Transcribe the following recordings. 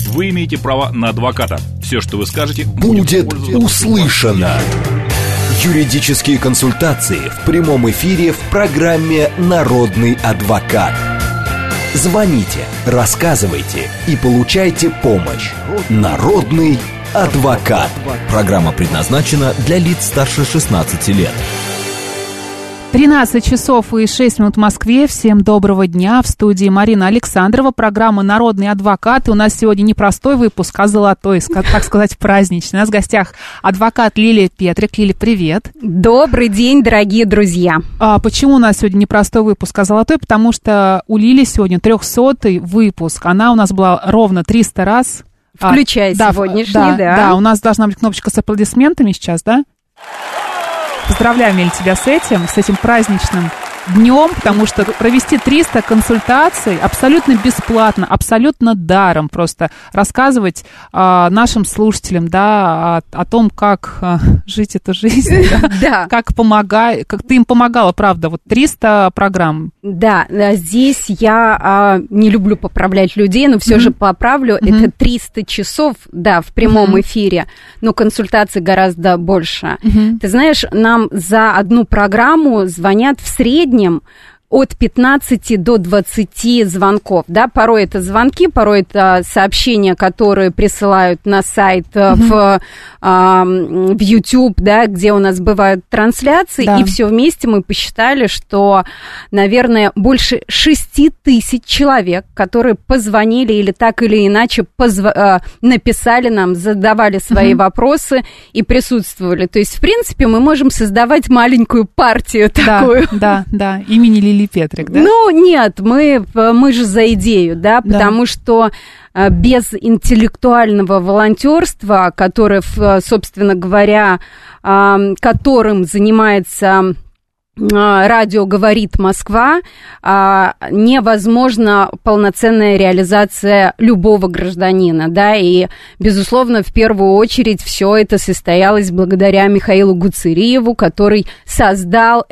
Вы имеете право на адвоката. Все, что вы скажете, будет услышано. Юридические консультации в прямом эфире в программе «Народный адвокат». Звоните, рассказывайте и получайте помощь. Народный адвокат. Программа предназначена для лиц старше 16 лет. 13 часов и 6 минут в Москве. Всем доброго дня. В студии Марина Александрова. Программа «Народный адвокат». И у нас сегодня не простой выпуск, а золотой, так сказать, праздничный. У нас в гостях адвокат Лилия Петрик. Лили, привет. Добрый день, дорогие друзья. Почему у нас сегодня не простой выпуск, а золотой? Потому что у Лили сегодня 300-й выпуск. Она у нас была ровно 300 раз. Включая сегодняшний, да. Да, у нас должна быть кнопочка с аплодисментами сейчас, да? Поздравляем, Лили, тебя с этим праздничным днем, потому что провести 300 консультаций абсолютно бесплатно, абсолютно даром, просто рассказывать нашим слушателям, да, о том, как жить эту жизнь, да, как ты им помогала, правда, вот 300 программ. Да, здесь я не люблю поправлять людей, но все же поправлю, это 300 часов, да, в прямом эфире, но консультаций гораздо больше. Ты знаешь, нам за одну программу звонят в среднем от 15 до 20 звонков, да, порой это звонки, порой это сообщения, которые присылают на сайт, в YouTube, да, где у нас бывают трансляции, да. И все вместе мы посчитали, что, наверное, больше 6 тысяч человек, которые позвонили или так или иначе написали нам, задавали свои вопросы и присутствовали. То есть, в принципе, мы можем создавать маленькую партию такую. Да, имени Лили Петрик, да? Ну, нет, мы же за идею, да, потому что без интеллектуального волонтерства, которое, собственно говоря, которым занимается радио «Говорит Москва», невозможна полноценная реализация любого гражданина, да, и, безусловно, в первую очередь все это состоялось благодаря Михаилу Гуцериеву, который создал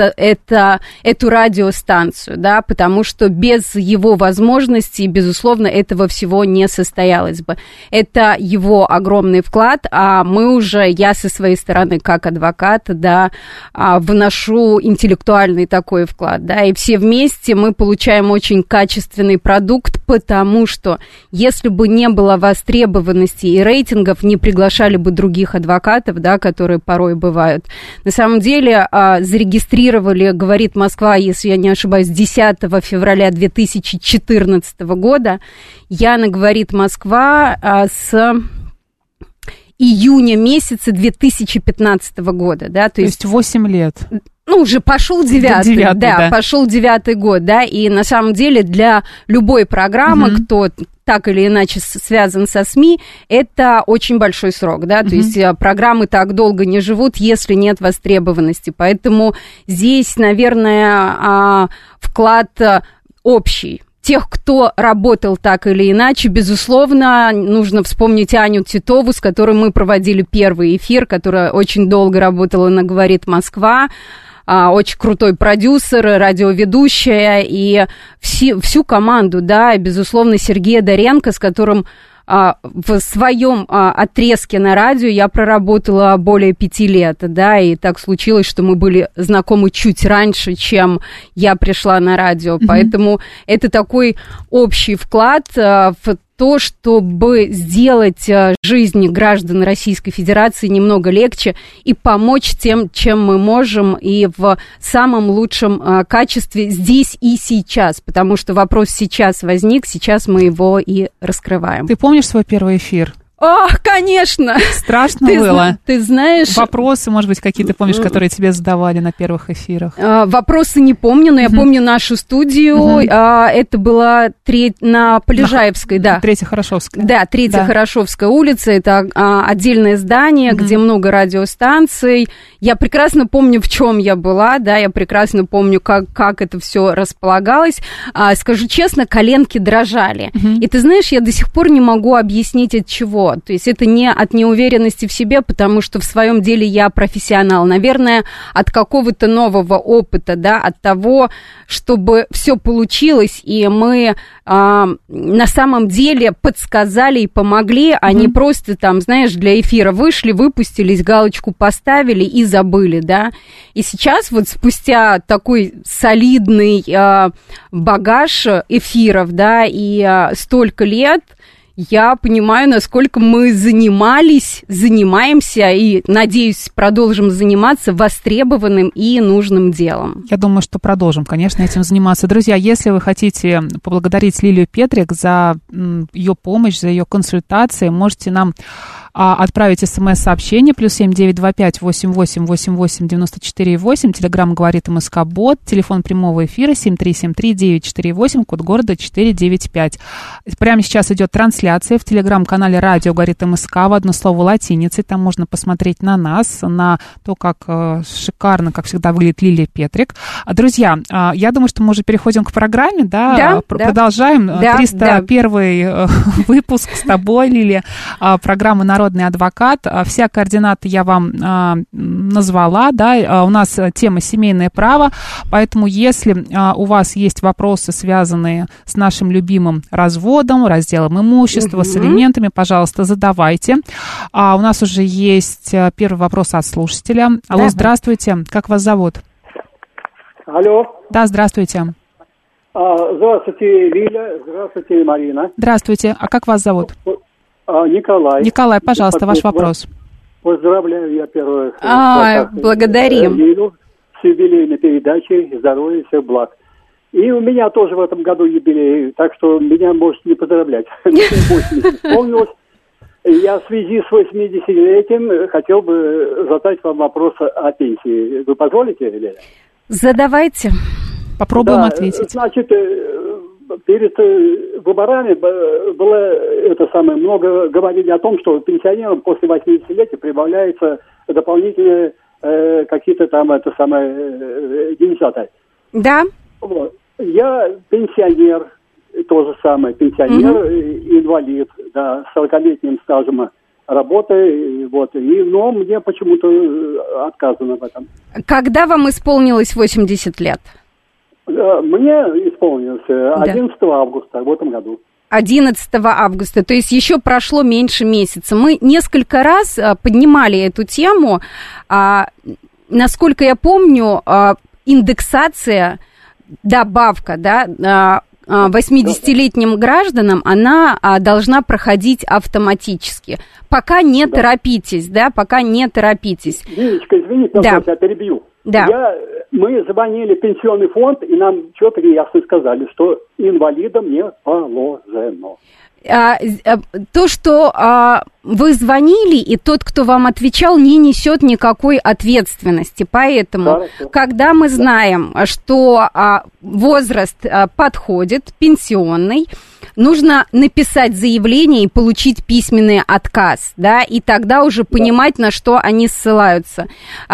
эту радиостанцию, да, потому что без его возможностей, безусловно, этого всего не состоялось бы. Это его огромный вклад, а я со своей стороны, как адвокат, да, вношу интеллектуальный такой вклад, да, и все вместе мы получаем очень качественный продукт, потому что если бы не было востребованности и рейтингов, не приглашали бы других адвокатов, да, которые порой бывают. На самом деле зарегистрировали «Говорит Москва», если я не ошибаюсь, 10 февраля 2014 года. Яна «Говорит Москва» с июня месяца 2015 года, да, то есть 8 лет. Ну, уже пошел 9-й, да, пошел 9-й год, да, и на самом деле для любой программы, кто так или иначе связан со СМИ, это очень большой срок, да, то есть программы так долго не живут, если нет востребованности, поэтому здесь, наверное, вклад общий. Тех, кто работал так или иначе, безусловно, нужно вспомнить Аню Титову, с которой мы проводили первый эфир, которая очень долго работала на «Говорит Москва», очень крутой продюсер, радиоведущая, и всю команду, да, и, безусловно, Сергея Доренко, с которым в своем отрезке на радио я проработала более 5 лет, да, и так случилось, что мы были знакомы чуть раньше, чем я пришла на радио, поэтому это такой общий вклад в то, чтобы сделать жизнь граждан Российской Федерации немного легче и помочь тем, чем мы можем, и в самом лучшем качестве здесь и сейчас, потому что вопрос сейчас возник, сейчас мы его и раскрываем. Ты помнишь свой первый эфир? Ох, конечно! Страшно было? Ты знаешь... Вопросы, может быть, какие ты помнишь, которые тебе задавали на первых эфирах? Вопросы не помню, но я помню нашу студию. Это была на Полежаевской, да. Третья Хорошевская. Да, Третья Хорошевская улица. Это отдельное здание, где много радиостанций. Я прекрасно помню, в чем я была, да, я прекрасно помню, как это все располагалось. Скажу честно, коленки дрожали. И ты знаешь, я до сих пор не могу объяснить, от чего. чего. То есть это не от неуверенности в себе, потому что в своем деле я профессионал. Наверное, от какого-то нового опыта, да, от того, чтобы все получилось, и мы на самом деле подсказали и помогли, а не просто там, знаешь, для эфира вышли, выпустились, галочку поставили и забыли, да. И сейчас вот спустя такой солидный багаж эфиров, да, и столько лет, я понимаю, насколько мы занимаемся и, надеюсь, продолжим заниматься востребованным и нужным делом. Я думаю, что продолжим, конечно, этим заниматься. Друзья, если вы хотите поблагодарить Лилию Петрик за ее помощь, за ее консультации, можете нам отправить смс-сообщение +7 925 88 88 94 8. Телеграм говорит МСК-бот. Телефон прямого эфира 7373948, код города 495. Прямо сейчас идет трансляция в телеграм-канале радио говорит МСК в одно слово латиницей. Там можно посмотреть на нас, на то, как шикарно, как всегда, выглядит Лилия Петрик. Друзья, я думаю, что мы уже переходим к программе, да? Продолжаем. 301 выпуск с тобой, Лилия, программы «Народный адвокат». Все координаты я вам назвала, да, у нас тема «Семейное право», поэтому если у вас есть вопросы, связанные с нашим любимым разводом, разделом имущества, с алиментами, пожалуйста, задавайте. У нас уже есть первый вопрос от слушателя. Алло, здравствуйте, как вас зовут? Алло. Да, здравствуйте. Здравствуйте, Лиля, здравствуйте, Марина. Здравствуйте, а как вас зовут? Николай. Николай, пожалуйста, ваш вопрос. Поздравляю, я первый. Благодарим. Лилю с юбилейной передачей, здоровья, всех благ. И у меня тоже в этом году юбилей, так что меня можете не поздравлять. 80 исполнилось. Я в связи с 80-летием хотел бы задать вам вопрос о пенсии. Вы позволите, Лиля? Задавайте. Попробуем ответить. Значит, перед выборами было много говорили о том, что пенсионерам после 80-летия прибавляются дополнительные какие-то там деньжата. Да. Вот. Я пенсионер, то же самое, инвалид, да, с 40-летним стажем работы, вот, но мне почему-то отказано в этом. Когда вам исполнилось 80 лет? Мне исполнилось 11 августа в этом году. 11 августа, то есть еще прошло меньше месяца. Мы несколько раз поднимали эту тему. Насколько я помню, индексация, добавка, да, 80-летним гражданам, она должна проходить автоматически. Пока не торопитесь, да, пока не торопитесь. Лилечка, извините, я перебью. Да. Мы звонили в пенсионный фонд, и нам четко и ясно сказали, что инвалидам не положено. То, что вы звонили, и тот, кто вам отвечал, не несет никакой ответственности. Поэтому, когда мы знаем, что возраст подходит, пенсионный, нужно написать заявление и получить письменный отказ, да, и тогда уже понимать, на что они ссылаются.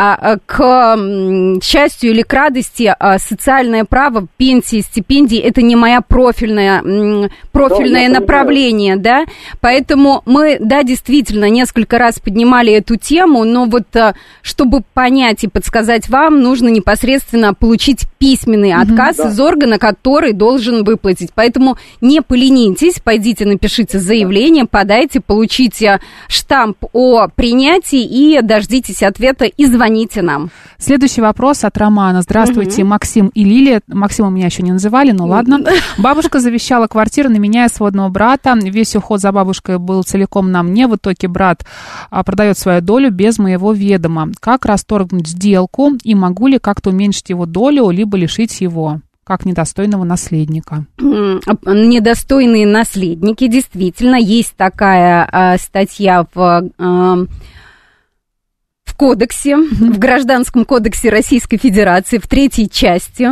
К счастью или к радости, социальное право, пенсии, стипендии – это не моя профильное направление, да, поэтому мы, да, действительно, несколько раз поднимали эту тему, но вот, чтобы понять и подсказать вам, нужно непосредственно получить письменный отказ из органа, который должен выплатить, поэтому не поленитесь, пойдите, напишите заявление, подайте, получите штамп о принятии и дождитесь ответа и звоните нам. Следующий вопрос от Романа. Здравствуйте, Максим и Лилия. Максима меня еще не называли, но ладно. Бабушка завещала квартиру на меня и сводного брата. Весь уход за бабушкой был целиком на мне. В итоге брат продает свою долю без моего ведома. Как расторгнуть сделку и могу ли как-то уменьшить его долю, либо лишить его как недостойного наследника? Недостойные наследники, действительно, есть такая статья в кодексе, в Гражданском кодексе Российской Федерации, в 3 части.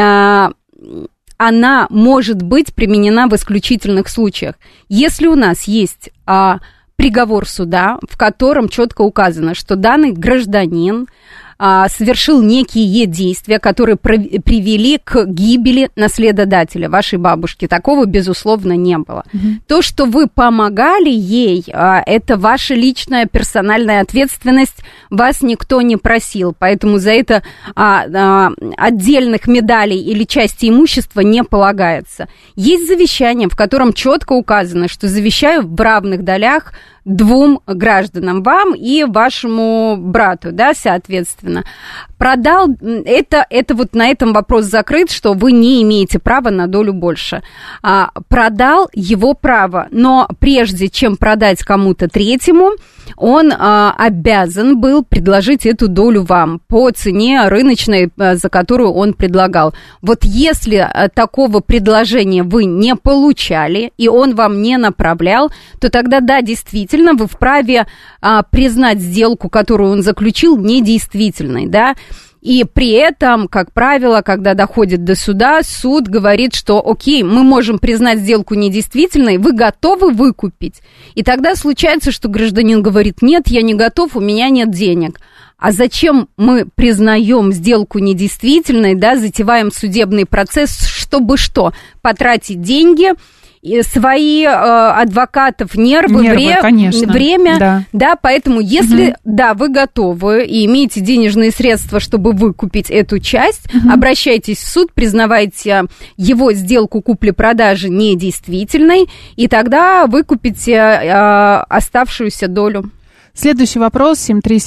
Она может быть применена в исключительных случаях. Если у нас есть приговор суда, в котором четко указано, что данный гражданин совершил некие действия, которые привели к гибели наследодателя, вашей бабушки. Такого, безусловно, не было. То, что вы помогали ей, это ваша личная персональная ответственность, вас никто не просил, поэтому за это отдельных медалей или части имущества не полагается. Есть завещание, в котором четко указано, что завещаю в равных долях 2 гражданам, вам и вашему брату, да, соответственно. Продал, это вот на этом вопрос закрыт, что вы не имеете права на долю больше. Продал его право, но прежде чем продать кому-то третьему, он обязан был предложить эту долю вам по цене рыночной, за которую он предлагал. Вот если такого предложения вы не получали, и он вам не направлял, то тогда, да, действительно, вы вправе признать сделку, которую он заключил, недействительной, да. И при этом, как правило, когда доходит до суда, суд говорит, что окей, мы можем признать сделку недействительной, вы готовы выкупить? И тогда случается, что гражданин говорит, нет, я не готов, у меня нет денег. А зачем мы признаем сделку недействительной, да, затеваем судебный процесс, чтобы что? Потратить деньги, свои адвокатов, нервы, время, да, поэтому если, да, вы готовы и имеете денежные средства, чтобы выкупить эту часть, обращайтесь в суд, признавайте его сделку купли-продажи недействительной, и тогда выкупите оставшуюся долю. Следующий вопрос,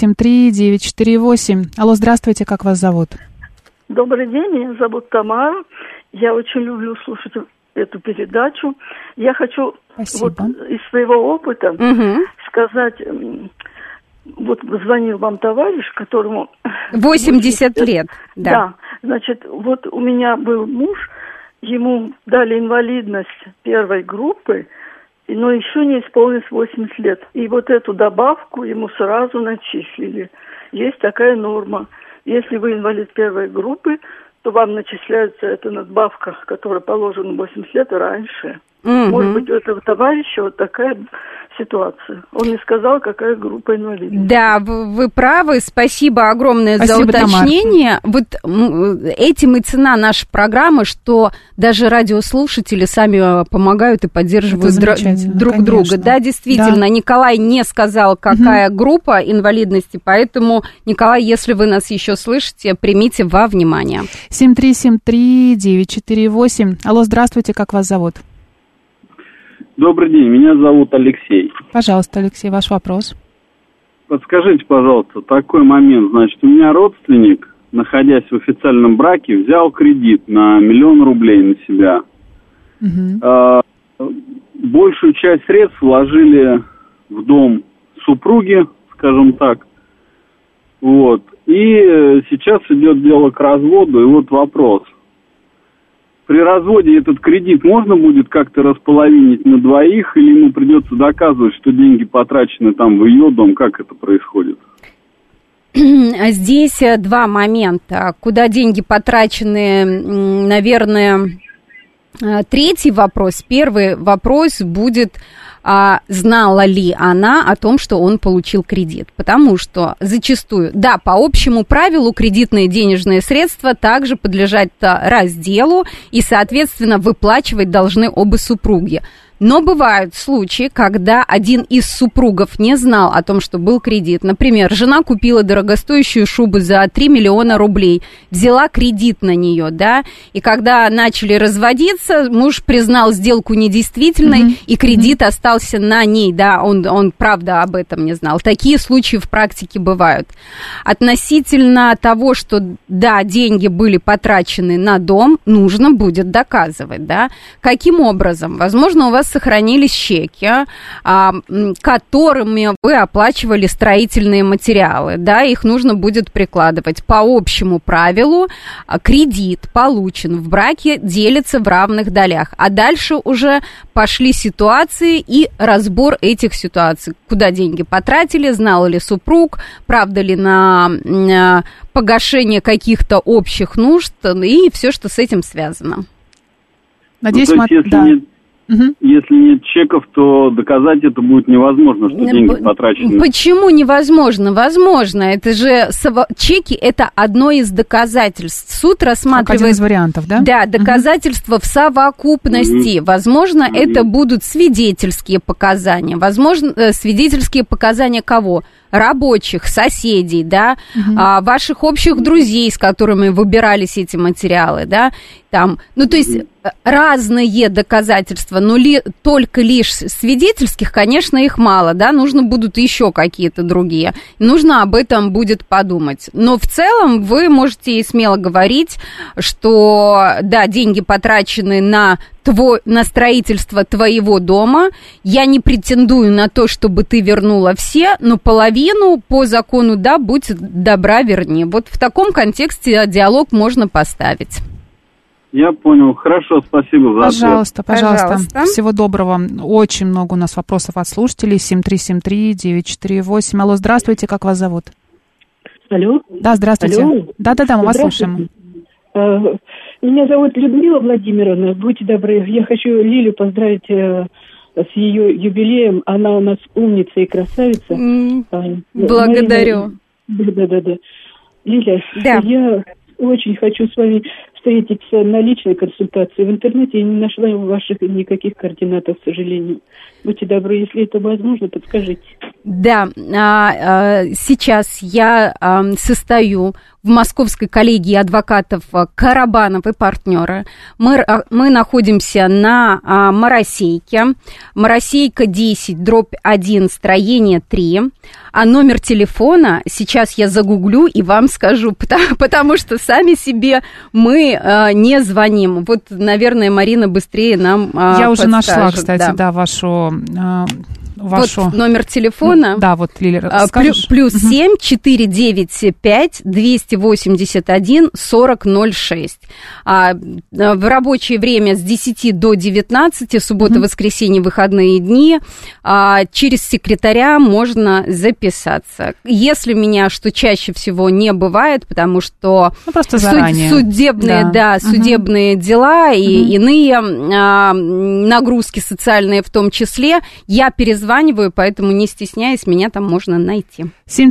7373948. Алло, здравствуйте, как вас зовут? Добрый день, меня зовут Тамара, я очень люблю слушать эту передачу. Я хочу вот из своего опыта сказать, вот звонил вам товарищ, которому 80 лет. Да, значит, вот у меня был муж, ему дали инвалидность 1 группы, но еще не исполнилось 80 лет. И вот эту добавку ему сразу начислили. Есть такая норма. Если вы инвалид 1 группы, то вам начисляется эта надбавка, которая положена 80 лет раньше. Может быть, у этого товарища вот такая ситуация. Он не сказал, какая группа инвалидов. Да, вы правы. Спасибо огромное за уточнение. Вот этим и цена нашей программы, что даже радиослушатели сами помогают и поддерживают друг друга. Да, действительно, Николай не сказал, какая группа инвалидности, поэтому, Николай, если вы нас еще слышите, примите во внимание. 7373948. Алло, здравствуйте, как вас зовут? Добрый день, меня зовут Алексей. Пожалуйста, Алексей, ваш вопрос. Подскажите, пожалуйста, такой момент. Значит, у меня родственник, находясь в официальном браке, взял кредит на 1 000 000 рублей на себя. Большую часть средств вложили в дом супруги, скажем так. Вот. И сейчас идет дело к разводу, и вот вопрос. При разводе этот кредит можно будет как-то располовинить на двоих, или ему придется доказывать, что деньги потрачены там в ее дом? Как это происходит? Здесь 2 момента. Куда деньги потрачены, наверное, 3-й вопрос. 1-й вопрос будет... знала ли она о том, что он получил кредит. Потому что зачастую, да, по общему правилу кредитные денежные средства также подлежат разделу и, соответственно, выплачивать должны оба супруги. Но бывают случаи, когда один из супругов не знал о том, что был кредит. Например, жена купила дорогостоящую шубу за 3 миллиона рублей, взяла кредит на нее, да, и когда начали разводиться, муж признал сделку недействительной, и кредит остался на ней, да, он правда об этом не знал. Такие случаи в практике бывают. Относительно того, что, да, деньги были потрачены на дом, нужно будет доказывать, да. Каким образом? Возможно, у вас сохранились чеки, которыми вы оплачивали строительные материалы, да, их нужно будет прикладывать. По общему правилу кредит получен в браке, делится в равных долях, а дальше уже пошли ситуации и разбор этих ситуаций. Куда деньги потратили, знал ли супруг, правда ли на погашение каких-то общих нужд и все, что с этим связано. Надеюсь, Если нет чеков, то доказать это будет невозможно, что деньги потрачены. Почему невозможно? Возможно. Это же чеки – это одно из доказательств. Суд рассматривает... Как один из вариантов, да? Да, доказательства в совокупности. Возможно, это будут свидетельские показания. Возможно, свидетельские показания кого? Рабочих, соседей, да, ваших общих друзей, с которыми выбирались эти материалы, да, там, ну, то есть разные доказательства, но только лишь свидетельских, конечно, их мало, да, нужно будут еще какие-то другие, нужно об этом будет подумать, но в целом вы можете смело говорить, что, да, деньги потрачены на строительство твоего дома, я не претендую на то, чтобы ты вернула все, но половину по закону, да, будь добра, верни. Вот в таком контексте диалог можно поставить. Я понял. Хорошо, спасибо за ответ. Пожалуйста. Всего доброго. Очень много у нас вопросов от слушателей. 7373-948. Алло, здравствуйте, как вас зовут? Алло. Да, здравствуйте. Алло. Да, мы вас слушаем. Меня зовут Людмила Владимировна. Будьте добры, я хочу Лилю поздравить с ее юбилеем. Она у нас умница и красавица. Благодарю. Да. Лиля, да. Я очень хочу с вами встретиться на личной консультации. В интернете я не нашла ваших никаких координатов, к сожалению. Будьте добры, если это возможно, подскажите. Да, сейчас я состою в Московской коллегии адвокатов Карабанов и партнеры. Мы находимся на Моросейке. Моросейка 10/1, строение 3. А номер телефона сейчас я загуглю и вам скажу, потому что сами себе мы не звоним. Вот, наверное, Марина быстрее нам Я уже подскажет. нашла, кстати, да вашу... Вот номер телефона. Да, вот, Лиля, расскажешь? +7 495 281 4006. В рабочее время с 10 до 19, суббота, воскресенье, выходные дни. Через секретаря можно записаться. Если меня, что чаще всего не бывает, потому что просто заранее. Судебные, судебные дела и иные нагрузки социальные в том числе, я перезваниваю, поэтому не стесняясь, меня там можно найти.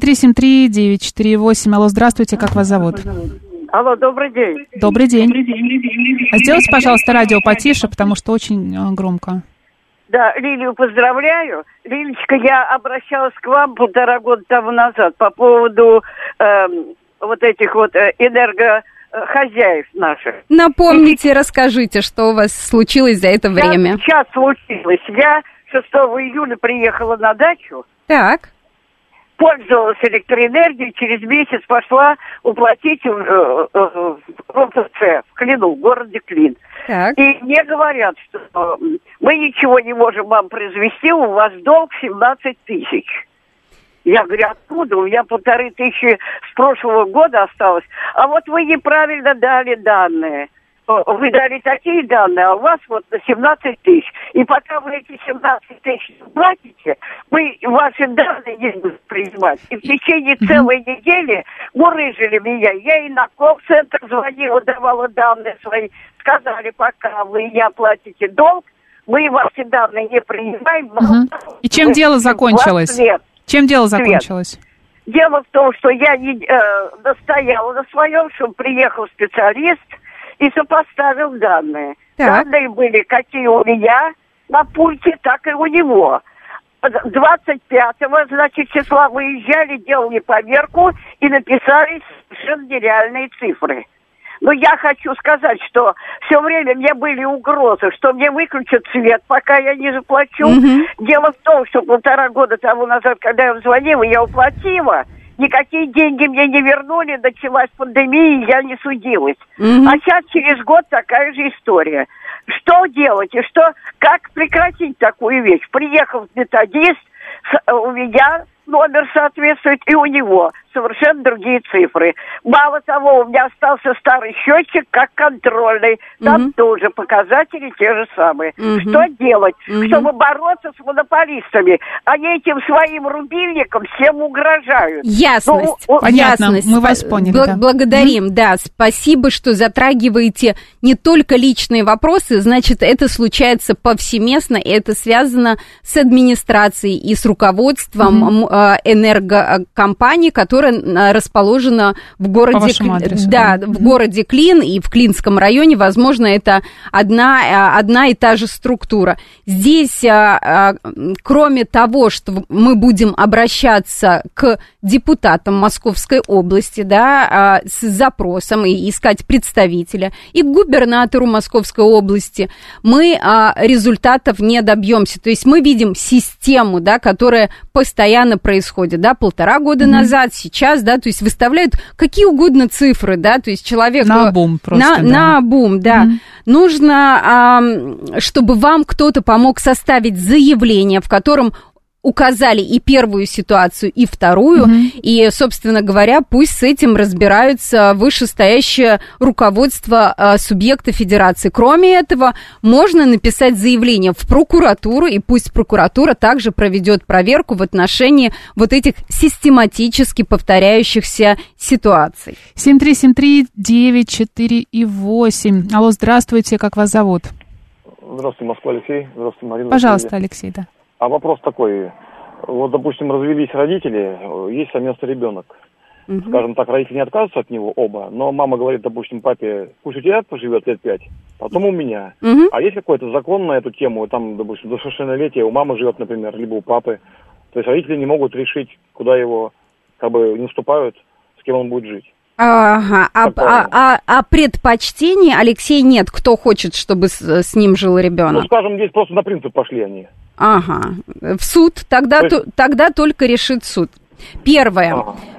7373-948. Алло, здравствуйте, как вас зовут? Алло, добрый день. Добрый день. Сделайте, пожалуйста, радио потише, потому что очень громко. Да, Лилию поздравляю. Лилечка, я обращалась к вам 1,5 года тому назад по поводу вот этих вот энергохозяев наших. Напомните, расскажите, что у вас случилось за это время. Сейчас случилось. Я 6 июля приехала на дачу. Так. Пользовалась электроэнергией, через месяц пошла уплатить в РОПЦ в Клину, в городе Клин. Так. И мне говорят, что мы ничего не можем вам произвести, у вас долг 17 тысяч. Я говорю, откуда? У меня 1500 с прошлого года осталось. А вот вы неправильно дали данные. Вы дали такие данные, а у вас вот на 17 тысяч. И пока вы эти 17 тысяч платите, мы ваши данные не будем принимать. И в течение целой недели мурыжили меня. Я и на колл-центр звонила, давала данные свои. Сказали, пока вы не оплатите долг, мы ваши данные не принимаем. И чем дело закончилось? Чем дело закончилось? Дело в том, что я не настояла на своем, чтобы приехал специалист и сопоставил данные. Так. Данные были какие у меня на пульте, так и у него. 25-го, значит, числа выезжали, делали поверку и написали совершенно нереальные цифры. Но я хочу сказать, что все время мне были угрозы, что мне выключат свет, пока я не заплачу. Дело в том, что 1,5 года тому назад, когда я звонила, я уплатила, никакие деньги мне не вернули, началась пандемия, и я не судилась. А сейчас через год такая же история. Что делать и как прекратить такую вещь? Приехал методист, у меня номер соответствует, и у него совершенно другие цифры. Мало того, у меня остался старый счетчик как контрольный. Там тоже показатели те же самые. Что делать, чтобы бороться с монополистами? Они этим своим рубильником всем угрожают. Ясность. Понятно, Ясность. мы вас поняли. Благодарим, да. Спасибо, что затрагиваете не только личные вопросы, значит, это случается повсеместно, и это связано с администрацией и с руководством энергокомпании, которая расположена в городе, по вашему адресу, в городе Клин и в Клинском районе. Возможно, это одна и та же структура. Здесь, кроме того, что мы будем обращаться к депутатам Московской области, да, с запросом и искать представителя, и к губернатору Московской области, мы результатов не добьемся. То есть мы видим систему, да, которая постоянно происходит, да, 1,5 года назад, сейчас, да, то есть выставляют какие угодно цифры, да, то есть человек... Наобум просто, Наобум, да. Нужно, чтобы вам кто-то помог составить заявление, в котором указали и первую ситуацию, и вторую, и, собственно говоря, пусть с этим разбираются вышестоящее руководство субъекта федерации. Кроме этого, можно написать заявление в прокуратуру, и пусть прокуратура также проведет проверку в отношении вот этих систематически повторяющихся ситуаций. 7373948. Алло, здравствуйте, как вас зовут? Здравствуйте, Москва, Алексей. Здравствуйте, Марина. Пожалуйста, Алексей, да. А вопрос такой. Вот, допустим, развелись родители, есть совместный ребенок. Скажем так, родители не отказываются от него оба, но мама говорит, допустим, папе, пусть у тебя поживет лет 5, потом у меня. А есть какой-то закон на эту тему, там, допустим, до совершеннолетия у мамы живет, например, либо у папы. То есть родители не могут решить, куда его, как бы, не уступают, с кем он будет жить. Ага, а предпочтений, Алексей, нет, кто хочет, чтобы с ним жил ребенок? Ну, скажем, здесь просто на принцип пошли они. Ага, в суд, тогда только решит суд. Первое,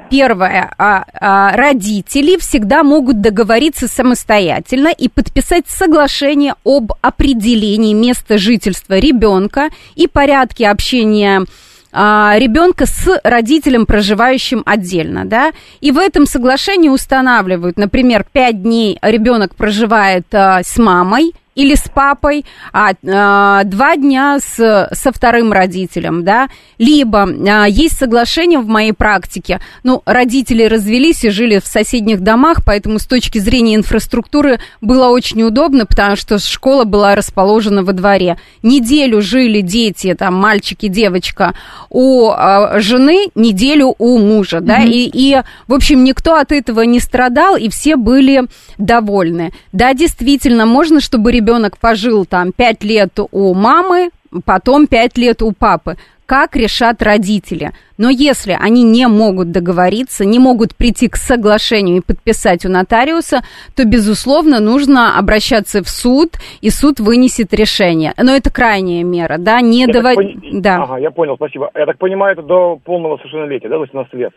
родители всегда могут договориться самостоятельно и подписать соглашение об определении места жительства ребенка и порядке общения ребенка с родителем, проживающим отдельно, да, и в этом соглашении устанавливают, например, 5 дней ребенок проживает с мамой или с папой, 2 дня со вторым родителем, да, либо есть соглашение в моей практике, ну, родители развелись и жили в соседних домах, поэтому с точки зрения инфраструктуры было очень удобно, потому что школа была расположена во дворе. Неделю жили дети, там, мальчик и девочка у жены, неделю у мужа, да, и, в общем, никто от этого не страдал, и все были довольны. Да, действительно, можно, чтобы ребенок пожил там 5 лет у мамы, потом 5 лет у папы. Как решат родители? Но если они не могут договориться, не могут прийти к соглашению и подписать у нотариуса, то, безусловно, нужно обращаться в суд, и суд вынесет решение. Но это крайняя мера, да, не доводить... Да. Ага, я понял, спасибо. Я так понимаю, это до полного совершеннолетия, да, 18 лет?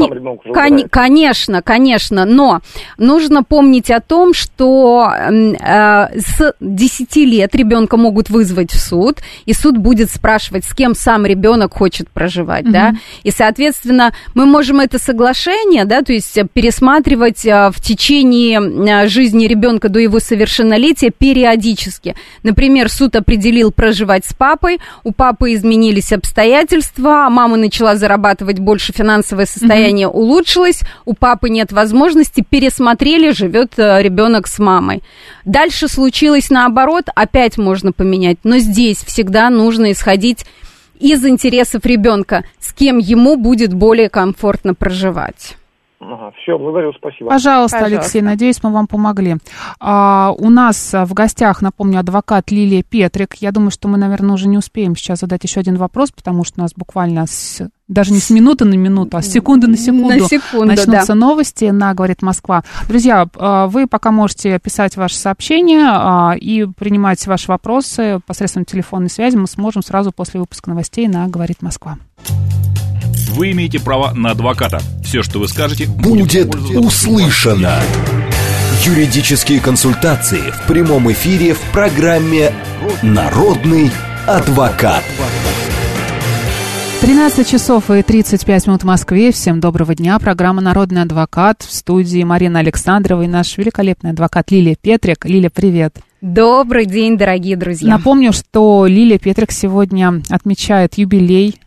Конечно, но нужно помнить о том, что с 10 лет ребенка могут вызвать в суд, и суд будет спрашивать, с кем сам ребенок хочет проживать, да, и, соответственно, мы можем это соглашение, да, то есть пересматривать в течение жизни ребенка до его совершеннолетия периодически. Например, суд определил проживать с папой, у папы изменились обстоятельства, мама начала зарабатывать больше, финансовое состояние улучшилось, у папы нет возможности, пересмотрели, живет ребенок с мамой. Дальше случилось наоборот, опять можно поменять, но здесь всегда нужно исходить из интересов ребенка, с кем ему будет более комфортно проживать. Ага, все, благодарю, спасибо. Пожалуйста, Алексей, надеюсь, мы вам помогли. У нас в гостях, напомню, адвокат Лилия Петрик. Я думаю, что мы, наверное, уже не успеем сейчас задать еще один вопрос, потому что у нас буквально даже не с минуты на минуту, а с секунды на секунду начнутся новости на «Говорит Москва». Друзья, вы пока можете писать ваши сообщения и принимать ваши вопросы посредством телефонной связи. Мы сможем сразу после выпуска новостей на «Говорит Москва». Вы имеете право на адвоката. Все, что вы скажете, будет услышано. Юридические консультации в прямом эфире в программе «Народный адвокат». 13 часов и 35 минут в Москве. Всем доброго дня. Программа «Народный адвокат». В студии Марина Александрова и наш великолепный адвокат Лилия Петрик. Лилия, привет. Добрый день, дорогие друзья. Напомню, что Лилия Петрик сегодня отмечает юбилей.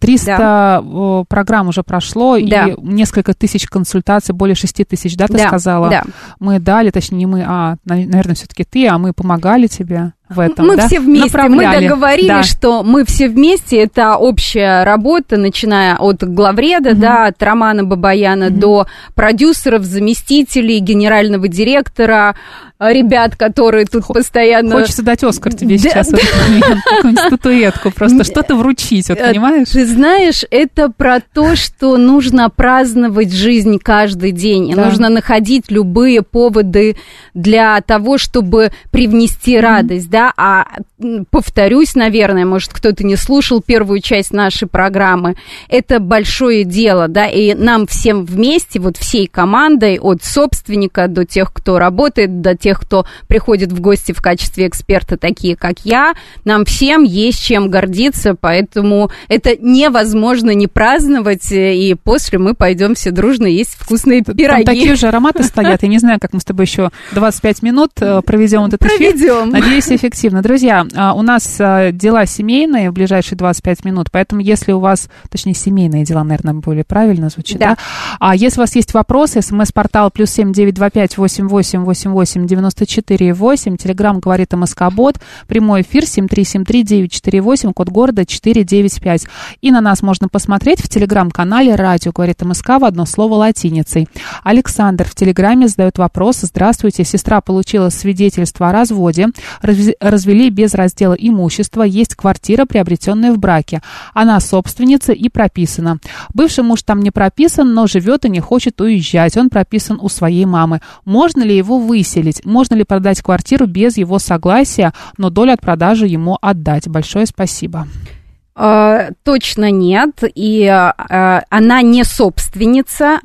300 программ уже прошло, и несколько тысяч консультаций, более 6 тысяч, да, ты сказала? Да. Мы дали, точнее, не мы, наверное, все-таки ты, а мы помогали тебе в этом, мы все вместе, мы договорились, что мы все вместе, это общая работа, начиная от главреда, от Романа Бабаяна до продюсеров, заместителей, генерального директора, ребят, которые тут постоянно... Хочется дать Оскар тебе сейчас в этот момент, какую-нибудь статуэтку, просто что-то вручить, вот, понимаешь? Ты знаешь, это про то, что нужно праздновать жизнь каждый день, и нужно находить любые поводы для того, чтобы привнести радость, да, а повторюсь, наверное, может, кто-то не слушал первую часть нашей программы, это большое дело, да, и нам всем вместе, вот всей командой, от собственника до тех, кто работает, до тех, кто приходит в гости в качестве эксперта, такие как я, нам всем есть чем гордиться, поэтому это невозможно не праздновать, и после мы пойдем все дружно есть вкусные пироги. Там такие же ароматы стоят, я не знаю, как мы с тобой еще 25 минут проведем этот эфир. Надеюсь, эффективно. Друзья, у нас дела семейные в ближайшие 25 минут, поэтому если у вас, точнее, семейные дела, наверное, более правильно звучит, да? А если у вас есть вопросы, смс-портал +7 925 88 88 94 8, телеграм говорит МСК-бот, прямой эфир 7373948, код города 495. И на нас можно посмотреть в телеграм-канале «Радио говорит МСК» в одно слово латиницей. Александр в телеграме задает вопрос. Здравствуйте, сестра получила свидетельство о разводе, развели без раздела имущества, есть квартира, приобретенная в браке. Она собственница и прописана. Бывший муж там не прописан, но живет и не хочет уезжать. Он прописан у своей мамы. Можно ли его выселить? Можно ли продать квартиру без его согласия, но долю от продажи ему отдать? Большое спасибо. Точно нет, и она не собственница,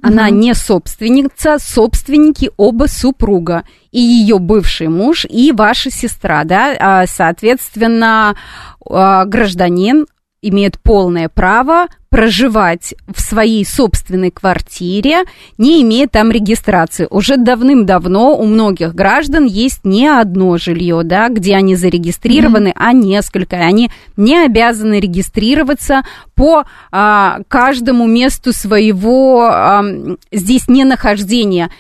собственники оба супруга, и ее бывший муж, и ваша сестра, да, соответственно, гражданин имеет полное право проживать в своей собственной квартире, не имея там регистрации. Уже давным-давно у многих граждан есть не одно жилье, да, где они зарегистрированы, а несколько. И они не обязаны регистрироваться по каждому месту своего, здесь не нахождение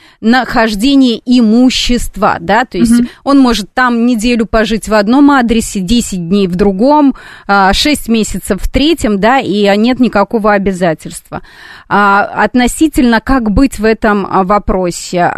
имущества, да, то есть он может там неделю пожить в одном адресе, 10 дней в другом, 6 месяцев в третьем, да, и нет никакого обязательства. Относительно, как быть в этом вопросе,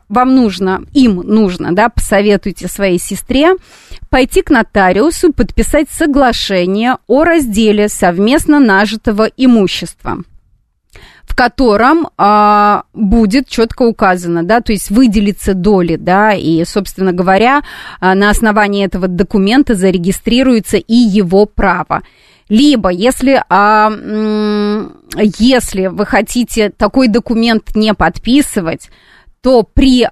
им нужно, да, посоветуйте своей сестре пойти к нотариусу, подписать соглашение о разделе совместно нажитого имущества, в котором будет четко указано, да, то есть выделится доли, да, и, собственно говоря, на основании этого документа зарегистрируется и его право. Либо, если вы хотите такой документ не подписывать, то при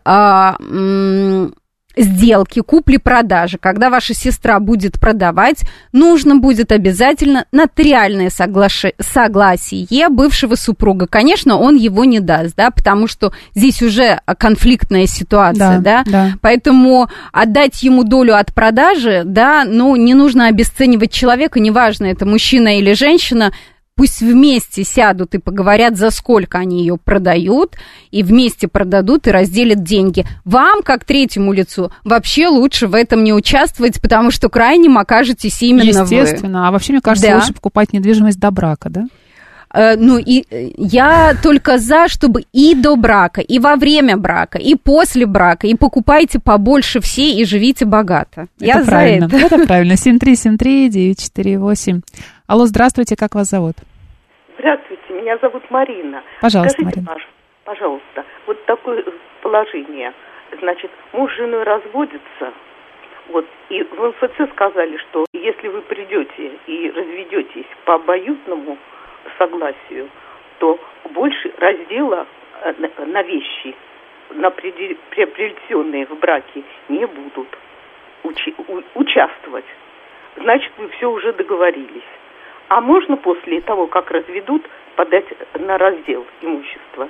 сделки купли-продажи, когда ваша сестра будет продавать, нужно будет обязательно нотариальное согласие бывшего супруга. Конечно, он его не даст, да, потому что здесь уже конфликтная ситуация, да. Поэтому отдать ему долю от продажи, да, ну, не нужно обесценивать человека, неважно, это мужчина или женщина. Пусть вместе сядут и поговорят, за сколько они ее продают, и вместе продадут и разделят деньги. Вам, как третьему лицу, вообще лучше в этом не участвовать, потому что крайним окажетесь именно вы. Естественно. А вообще, мне кажется, лучше покупать недвижимость до брака, да? Ну, и я только за, чтобы и до брака, и во время брака, и после брака, и покупайте побольше все, и живите богато. Это правильно. Это правильно. 7373948. Алло, здравствуйте, как вас зовут? Здравствуйте, меня зовут Марина. Пожалуйста, скажите, Марина. Пожалуйста, вот такое положение. Значит, муж с женой разводится, вот, и в МФЦ сказали, что если вы придете и разведетесь по обоюдному согласию, то больше раздела на вещи, на приобретенные в браке, не будут участвовать. Значит, вы все уже договорились. А можно после того, как разведут, подать на раздел имущества?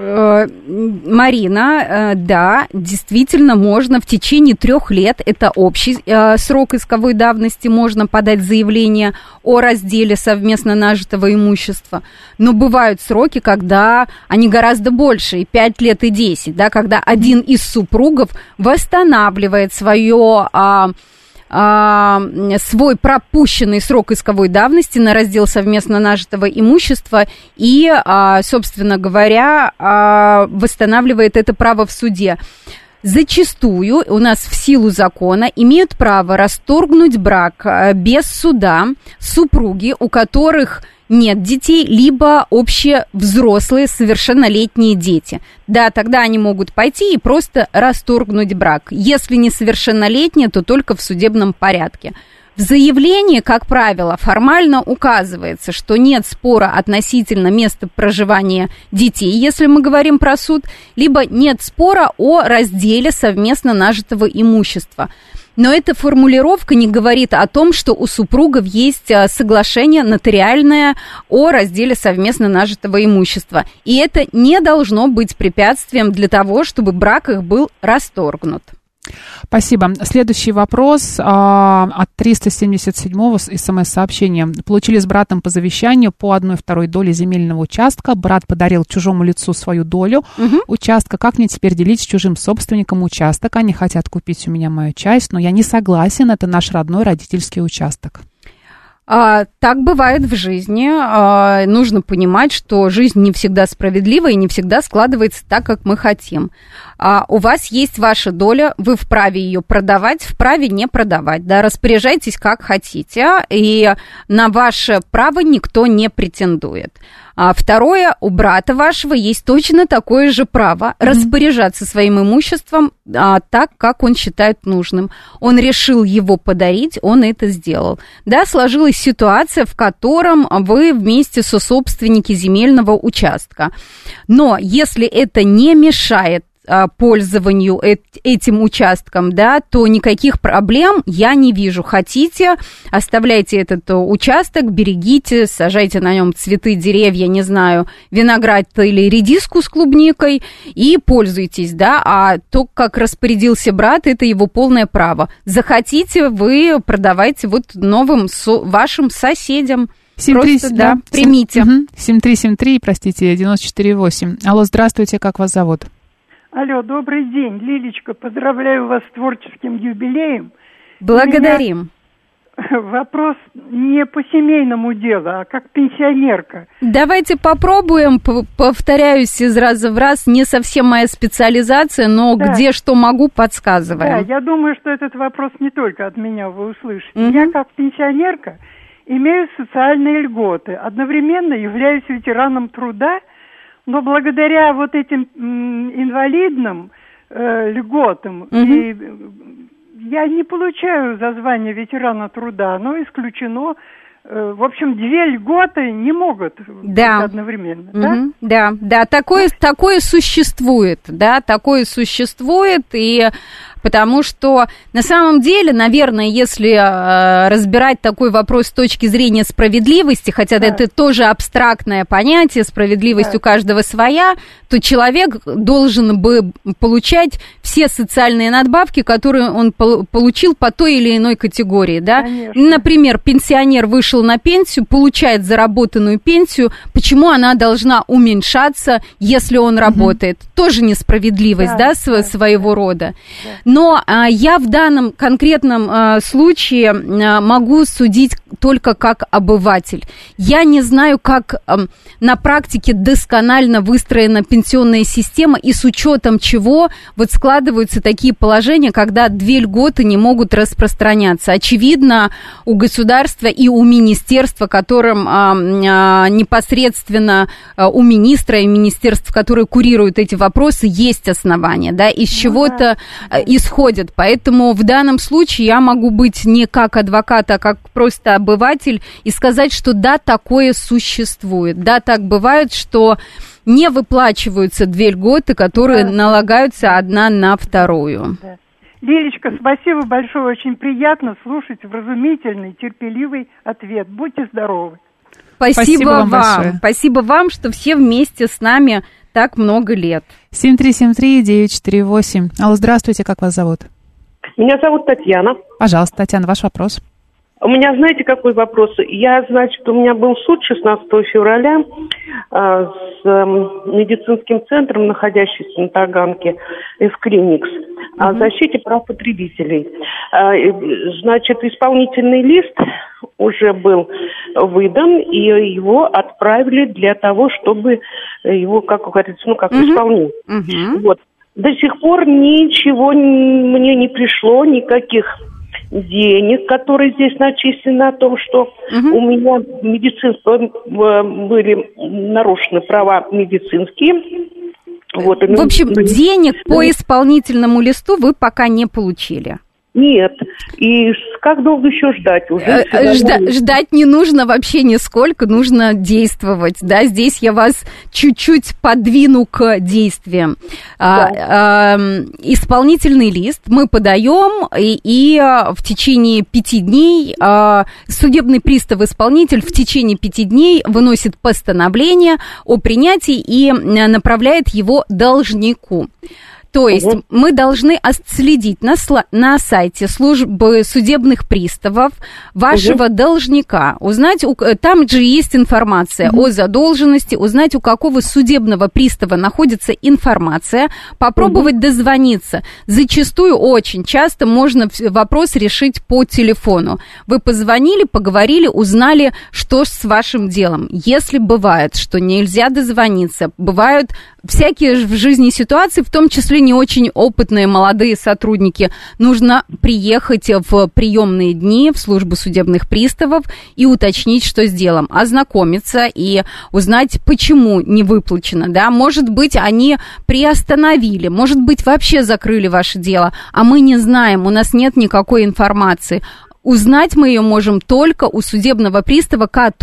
Марина, да, действительно можно в течение 3 лет, это общий срок исковой давности, можно подать заявление о разделе совместно нажитого имущества, но бывают сроки, когда они гораздо больше, и 5 лет, и 10, да, когда один из супругов восстанавливает свой пропущенный срок исковой давности на раздел совместно нажитого имущества и, собственно говоря, восстанавливает это право в суде. Зачастую у нас в силу закона имеют право расторгнуть брак без суда супруги, у которых нет детей, либо общевзрослые совершеннолетние дети. Да, тогда они могут пойти и просто расторгнуть брак. Если несовершеннолетние, то только в судебном порядке. В заявлении, как правило, формально указывается, что нет спора относительно места проживания детей, если мы говорим про суд, либо нет спора о разделе совместно нажитого имущества. Но эта формулировка не говорит о том, что у супругов есть соглашение нотариальное о разделе совместно нажитого имущества. И это не должно быть препятствием для того, чтобы брак их был расторгнут. Спасибо. Следующий вопрос от 377-го СМС-сообщения. Получили с братом по завещанию по 1/2 доли земельного участка. Брат подарил чужому лицу свою долю участка. Как мне теперь делить с чужим собственником участок? Они хотят купить у меня мою часть, но я не согласен. Это наш родной родительский участок. Так бывает в жизни. Нужно понимать, что жизнь не всегда справедлива и не всегда складывается так, как мы хотим. У вас есть ваша доля, вы вправе ее продавать, вправе не продавать. Да? Распоряжайтесь как хотите, и на ваше право никто не претендует. Второе, у брата вашего есть точно такое же право распоряжаться своим имуществом так, как он считает нужным. Он решил его подарить, он это сделал. Да, сложилась ситуация, в котором вы вместе сособственники земельного участка. Но если это не мешает пользованию этим участком, да, то никаких проблем я не вижу. Хотите, оставляйте этот участок, берегите, сажайте на нем цветы, деревья, не знаю, виноград или редиску с клубникой и пользуйтесь, да, а то, как распорядился брат, это его полное право. Захотите, вы продавайте вот новым вашим соседям. 73, просто, да, примите. 7373, простите, 94,8. Алло, здравствуйте, как вас зовут? Алло, добрый день, Лилечка, поздравляю вас с творческим юбилеем. Благодарим. Вопрос не по семейному делу, а как пенсионерка. Давайте попробуем, повторяюсь из раза в раз, не совсем моя специализация, но да. Где что могу, подсказываем. Да, я думаю, что этот вопрос не только от меня вы услышите. Я как пенсионерка имею социальные льготы, одновременно являюсь ветераном труда, но благодаря вот этим инвалидным льготам, и я не получаю за звание ветерана труда, оно исключено. В общем, 2 льготы не могут быть одновременно, да? Да, такое существует, да, такое существует, и потому что на самом деле, наверное, если разбирать такой вопрос с точки зрения справедливости, хотя это тоже абстрактное понятие, справедливость у каждого своя, то человек должен бы получать все социальные надбавки, которые он получил по той или иной категории, да? Например, пенсионер вышел на пенсию, получает заработанную пенсию, почему она должна уменьшаться, если он работает? Тоже несправедливость, своего рода. Но я в данном конкретном случае могу судить только как обыватель. Я не знаю, как на практике досконально выстроена пенсионная система и с учетом чего вот складываются такие положения, когда 2 льготы не могут распространяться. Очевидно, у государства и у министерства, которым непосредственно у министра и министерств, которые курируют эти вопросы, есть основания, да, из чего-то исходят. Поэтому в данном случае я могу быть не как адвокат, а как просто обыватель и сказать, что да, такое существует. Да, так бывает, что не выплачиваются 2 льготы, которые налагаются одна на вторую. Да. Лилечка, спасибо большое, очень приятно слушать вразумительный, терпеливый ответ. Будьте здоровы. Спасибо вам большое. Спасибо вам, что все вместе с нами так много лет. 7373948. Алло, здравствуйте, как вас зовут? Меня зовут Татьяна. Пожалуйста, Татьяна, ваш вопрос. У меня, знаете, какой вопрос? У меня был суд 16 февраля с медицинским центром, находящимся на Таганке, F-Clinics, о защите прав потребителей. Исполнительный лист уже был выдан, и его отправили для того, чтобы его, как говорится, исполнить. Вот. До сих пор ничего мне не пришло, никаких денег, которые здесь начислены, о том, что у меня были нарушены права медицинские. Вот, в общем, денег по исполнительному листу вы пока не получили. Нет. И как долго еще ждать? Ждать не нужно вообще нисколько, нужно действовать. Да? Здесь я вас чуть-чуть подвину к действиям. Да. Исполнительный лист мы подаем, и в течение 5 дней судебный пристав-исполнитель в течение 5 дней выносит постановление о принятии и направляет его должнику. То есть мы должны отследить на сайте службы судебных приставов вашего должника, узнать, там же есть информация о задолженности, узнать, у какого судебного пристава находится информация, попробовать дозвониться. Зачастую, очень часто можно вопрос решить по телефону. Вы позвонили, поговорили, узнали, что с вашим делом. Если бывает, что нельзя дозвониться, бывают всякие в жизни ситуации, в том числе не очень опытные молодые сотрудники, нужно приехать в приемные дни в службу судебных приставов и уточнить, что с делом, ознакомиться и узнать, почему не выплачено, да, может быть, они приостановили, может быть, вообще закрыли ваше дело, а мы не знаем, у нас нет никакой информации. Узнать мы ее можем только у судебного пристава,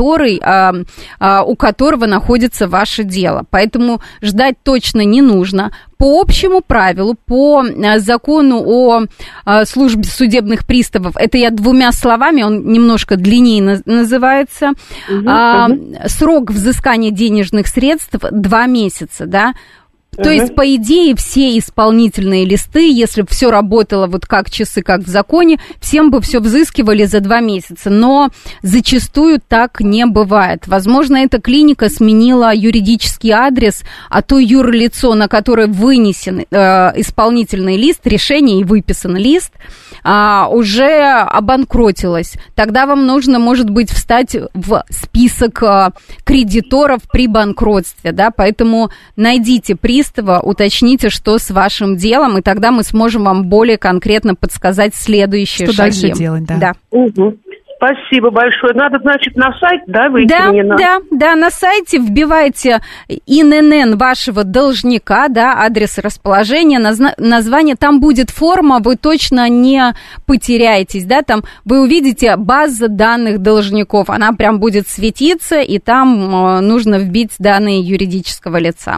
у которого находится ваше дело. Поэтому ждать точно не нужно. По общему правилу, по закону о службе судебных приставов, это я 2 словами, он немножко длиннее называется, срок взыскания денежных средств 2 месяца, да. То есть, по идее, все исполнительные листы, если бы все работало вот как часы, как в законе, всем бы все взыскивали за 2 месяца. Но зачастую так не бывает. Возможно, эта клиника сменила юридический адрес, а то юрлицо, на которое вынесен исполнительный лист, решение и выписан лист, уже обанкротилось. Тогда вам нужно, может быть, встать в список кредиторов при банкротстве, да, поэтому найдите пристава, уточните, что с вашим делом, и тогда мы сможем вам более конкретно подсказать следующие шаги. Что дальше делать, да. Спасибо большое. Надо, значит, на сайт, да, выйти мне на... Да, на сайте вбивайте ИНН вашего должника, да, адрес расположения, название, там будет форма, вы точно не потеряетесь, да, там вы увидите базу данных должников, она прям будет светиться, и там нужно вбить данные юридического лица.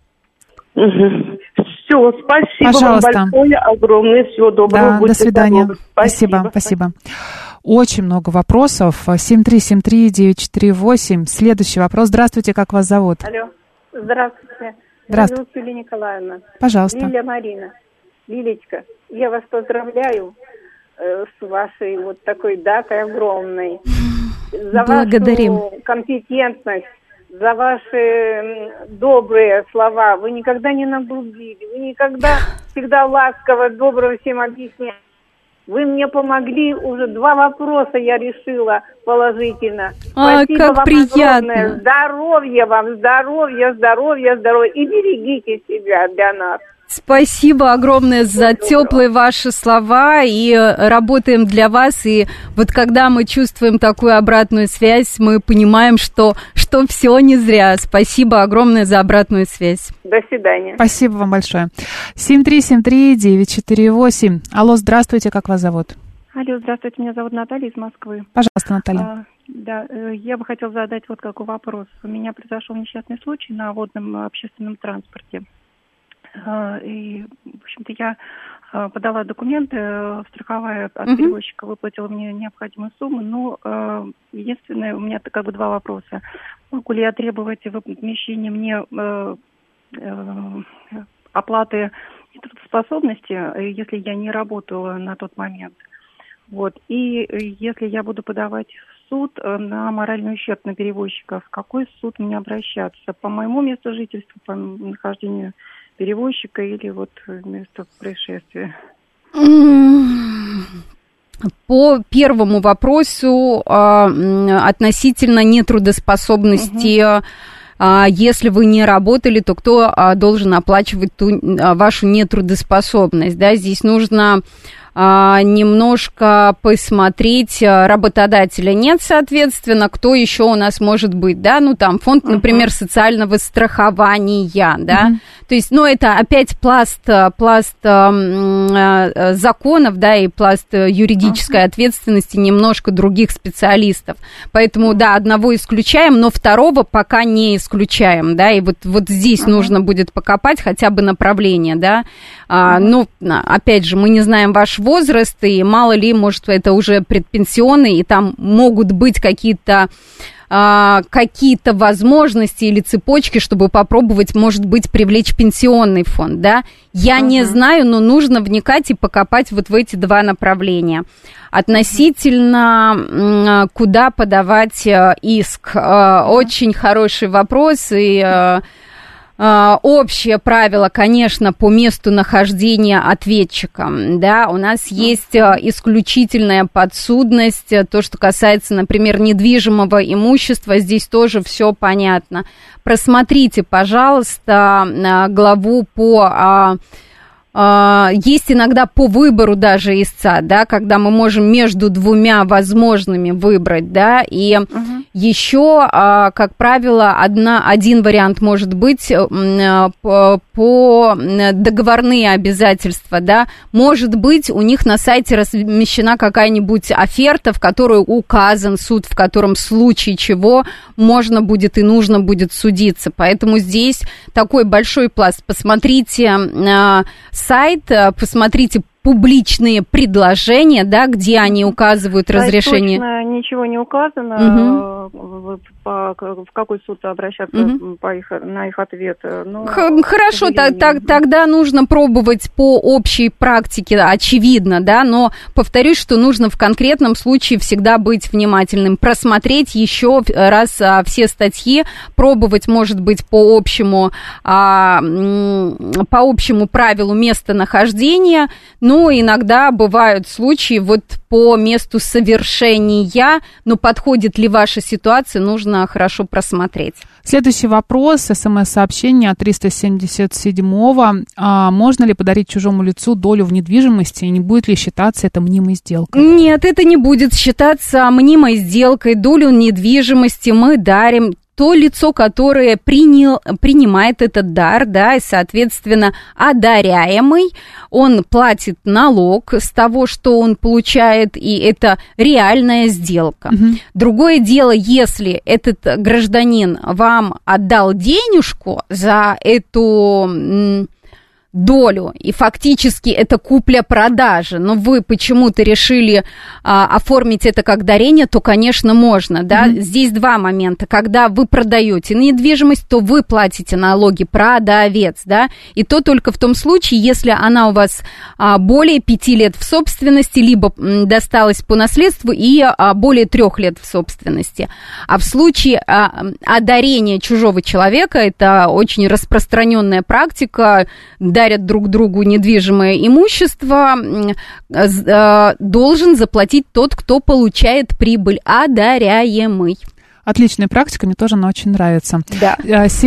Все, спасибо. Пожалуйста. Вам большое, огромное, всего доброго. Да, до свидания. Спасибо. Очень много вопросов. 7373948. Следующий вопрос. Здравствуйте, как вас зовут? Алло, здравствуйте. Здравствуйте. Меня зовут Юлия Николаевна. Пожалуйста. Лилия Марина. Лилечка, я вас поздравляю с вашей вот такой датой огромной. За Благодарим. вашу компетентность, за ваши добрые слова. Вы никогда не нагрубили, вы никогда всегда ласково, добро всем объясняете. Вы мне помогли, уже 2 вопроса я решила положительно. Спасибо как вам приятно. огромное. Здоровья вам, здоровья. И берегите себя для нас. Спасибо огромное за теплые ваши слова, и работаем для вас, и вот когда мы чувствуем такую обратную связь, мы понимаем, что все не зря. Спасибо огромное за обратную связь. До свидания. Спасибо вам большое. 7373948. Алло, здравствуйте, как вас зовут? Алло, здравствуйте, меня зовут Наталья из Москвы. Пожалуйста, Наталья. Да, я бы хотела задать вот какой вопрос. У меня произошел несчастный случай на водном общественном транспорте. И, в общем-то, я подала документы, страховая от перевозчика выплатила мне необходимую сумму, но единственное, у меня как бы два вопроса. Могу ли я требовать в помещении мне оплаты трудоспособности, если я не работала на тот момент? Вот. И если я буду подавать в суд на моральный ущерб на перевозчика, в какой суд мне обращаться? По моему месту жительства, по нахождению перевозчика или вот место происшествия? По первому вопросу относительно нетрудоспособности, если вы не работали, то кто должен оплачивать ту вашу нетрудоспособность? Да? Здесь нужно немножко посмотреть, работодателя нет, соответственно, кто еще у нас может быть, да, ну, там, фонд, например, социального страхования, да, то есть, ну, это опять пласт законов, да, и пласт юридической ответственности немножко других специалистов, поэтому, да, одного исключаем, но второго пока не исключаем, да, и вот здесь нужно будет покопать хотя бы направление, да, ну, опять же, мы не знаем ваш возраст, и мало ли, может, это уже предпенсионный, и там могут быть какие-то возможности или цепочки, чтобы попробовать, может быть, привлечь пенсионный фонд, да. Я не знаю, но нужно вникать и покопать вот в эти два направления. Относительно, куда подавать иск, очень хороший вопрос, и общее правило, конечно, по месту нахождения ответчика, да, у нас есть исключительная подсудность, то, что касается, например, недвижимого имущества, здесь тоже все понятно. Просмотрите, пожалуйста, главу по... Есть иногда по выбору даже истца, да, когда мы можем между двумя возможными выбрать, да, и еще, как правило, один вариант может быть по договорные обязательства, да, может быть, у них на сайте размещена какая-нибудь оферта, в которой указан суд, в котором в случае чего можно будет и нужно будет судиться, поэтому здесь такой большой пласт. Посмотрите сайт, посмотрите публичные предложения, да, где они указывают разрешение. Точно ничего не указано, в какой суд обращаться на их ответ. Но, хорошо, тогда нужно пробовать по общей практике, очевидно, да, но повторюсь, что нужно в конкретном случае всегда быть внимательным, просмотреть еще раз все статьи, пробовать, может быть, по общему правилу местонахождения. Ну, иногда бывают случаи вот по месту совершения, но подходит ли ваша ситуация, нужно хорошо просмотреть. Следующий вопрос, СМС-сообщение от 377-го. Можно ли подарить чужому лицу долю в недвижимости, и не будет ли считаться это мнимой сделкой? Нет, это не будет считаться мнимой сделкой. Долю недвижимости мы дарим то лицо, которое принимает этот дар, да, и, соответственно, одаряемый, он платит налог с того, что он получает, и это реальная сделка. Другое дело, если этот гражданин вам отдал денежку за эту долю, и фактически это купля-продажа, но вы почему-то решили оформить это как дарение, то, конечно, можно, да. Здесь два момента. Когда вы продаете недвижимость, то вы платите налоги, продавец, да, и то только в том случае, если она у вас более 5 лет в собственности, либо досталась по наследству и более 3 лет в собственности. А в случае одарения чужого человека, это очень распространенная практика, дарят друг другу недвижимое имущество, должен заплатить тот, кто получает прибыль, одаряемый. Отличная практика, мне тоже она очень нравится. Да.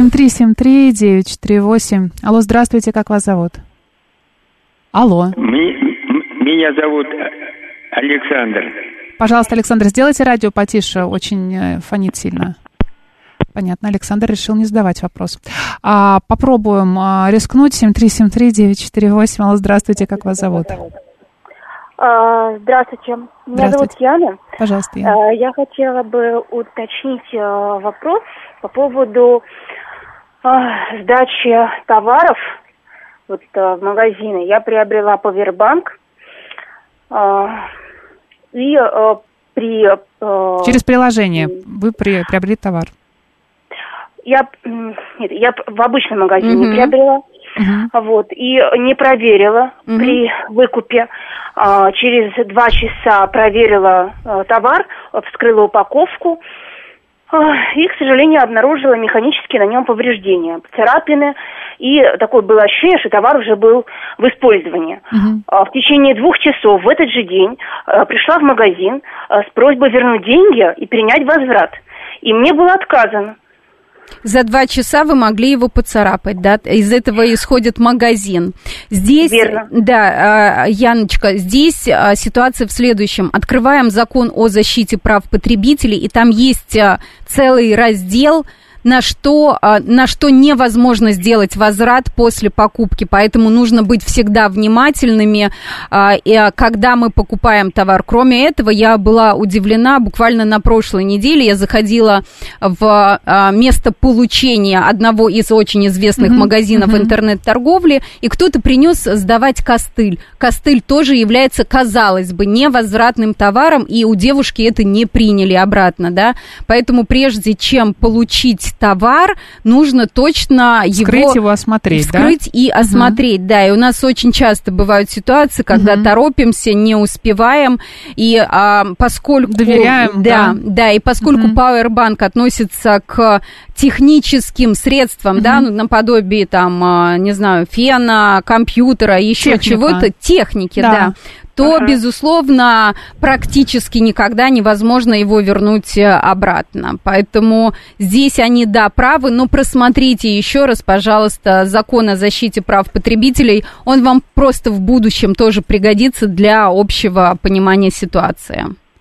7373948. Алло, здравствуйте, как вас зовут? Алло. Меня зовут Александр. Пожалуйста, Александр, сделайте радио потише, очень фонит сильно. Понятно, Александр решил не задавать вопрос. Попробуем рискнуть. 7373948. Алло, здравствуйте, как вас зовут? Здравствуйте. Меня зовут Яна. Пожалуйста, Яна. Я хотела бы уточнить вопрос по поводу сдачи товаров вот в магазины, я приобрела павербанк и через приложение вы приобрели товар? Я в обычном магазине приобрела, вот, и не проверила при выкупе. Через 2 часа проверила товар, вскрыла упаковку и, к сожалению, обнаружила механические на нем повреждения, царапины. И такое было ощущение, что товар уже был в использовании. В течение 2 часов в этот же день пришла в магазин с просьбой вернуть деньги и принять возврат. И мне было отказано. За 2 часа вы могли его поцарапать, да? Из этого исходит магазин. Здесь, верно. Да, Яночка, здесь ситуация в следующем. Открываем закон о защите прав потребителей, и там есть целый раздел, на что невозможно сделать возврат после покупки, поэтому нужно быть всегда внимательными, когда мы покупаем товар. Кроме этого, я была удивлена, буквально на прошлой неделе я заходила в место получения одного из очень известных магазинов интернет-торговли, и кто-то принес сдавать костыль. Костыль тоже является, казалось бы, невозвратным товаром, и у девушки это не приняли обратно, да, поэтому прежде чем получить товар, нужно точно его осмотреть, вскрыть и осмотреть, да, и у нас очень часто бывают ситуации, когда торопимся, не успеваем, и поскольку... Доверяем, да, и поскольку Powerbank относится к техническим средствам, да, ну, наподобие, там, не знаю, фена, компьютера, еще чего-то, техники, да, то, безусловно, практически никогда невозможно его вернуть обратно. Поэтому здесь они, да, правы, но просмотрите еще раз, пожалуйста, закон о защите прав потребителей. Он вам просто в будущем тоже пригодится для общего понимания ситуации.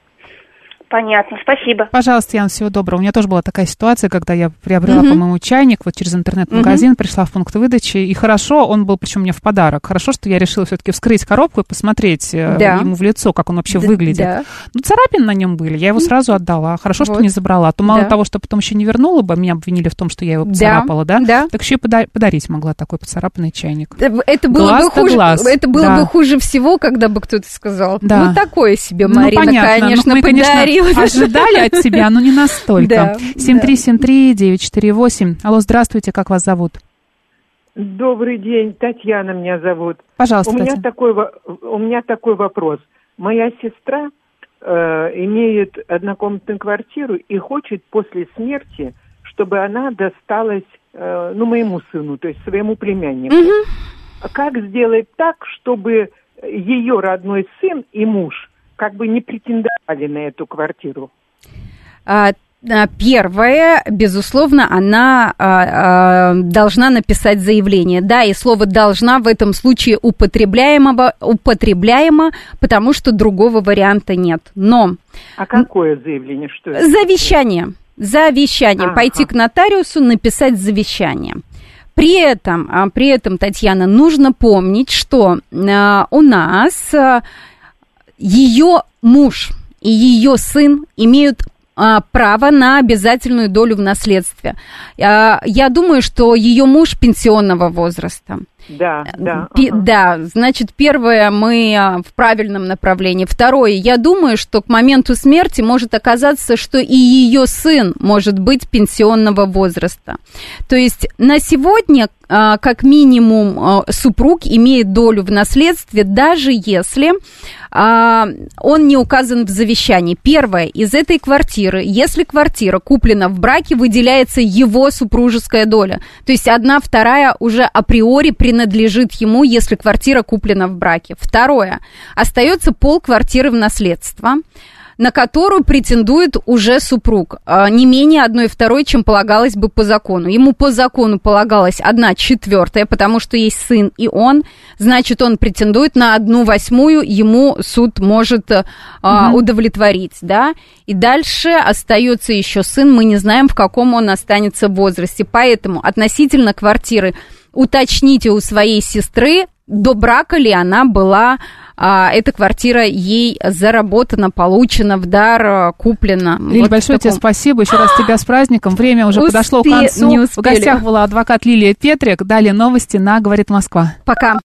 Понятно, спасибо. Пожалуйста, Яна, всего доброго. У меня тоже была такая ситуация, когда я приобрела, по-моему, чайник вот через интернет-магазин, пришла в пункт выдачи, и хорошо, он был, причем мне в подарок. Хорошо, что я решила все-таки вскрыть коробку и посмотреть ему в лицо, как он вообще выглядит. Да. Ну, царапины на нем были, я его сразу отдала. Хорошо, что не забрала. А то мало того, что потом еще не вернула бы, меня обвинили в том, что я его поцарапала, да? Так еще и подарить могла такой поцарапанный чайник. Это было бы хуже. Это было бы хуже всего, когда бы кто-то сказал. Ну, такое себе, Марина, конечно, подарила. Ожидали от себя, но не настолько. 7373948. Алло, здравствуйте, как вас зовут? Добрый день, Татьяна меня зовут. Пожалуйста, у меня такой вопрос. Моя сестра имеет однокомнатную квартиру и хочет после смерти, чтобы она досталась, моему сыну, то есть своему племяннику. Как сделать так, чтобы ее родной сын и муж как бы не претендовали на эту квартиру? Первое, безусловно, она должна написать заявление. Да, и слово «должна» в этом случае употребляемо, потому что другого варианта нет. Но... А какое заявление? Что это? Завещание. Пойти к нотариусу, написать завещание. При этом, Татьяна, нужно помнить, что у нас... Ее муж и ее сын имеют право на обязательную долю в наследстве. Я думаю, что ее муж пенсионного возраста. Да. Да, значит, первое, мы в правильном направлении. Второе, я думаю, что к моменту смерти может оказаться, что и ее сын может быть пенсионного возраста. То есть на сегодня, как минимум, супруг имеет долю в наследстве, даже если он не указан в завещании. Первое, из этой квартиры, если квартира куплена в браке, выделяется его супружеская доля. То есть 1/2 уже априори принадлежит ему, если квартира куплена в браке. Второе, остается полквартиры в наследство, на которую претендует уже супруг, не менее 1/2, чем полагалось бы по закону. Ему по закону полагалось 1/4, потому что есть сын и он, значит, он претендует на 1/8, ему суд может удовлетворить, да. И дальше остается еще сын, мы не знаем, в каком он останется возрасте. Поэтому относительно квартиры уточните у своей сестры, до брака ли она была эта квартира ей заработана, получена в дар, куплена. Лиль, вот большое тебе спасибо. Еще раз тебя с праздником. Время уже подошло к концу. В гостях была адвокат Лилия Петрик. Далее новости на «Говорит Москва». Пока.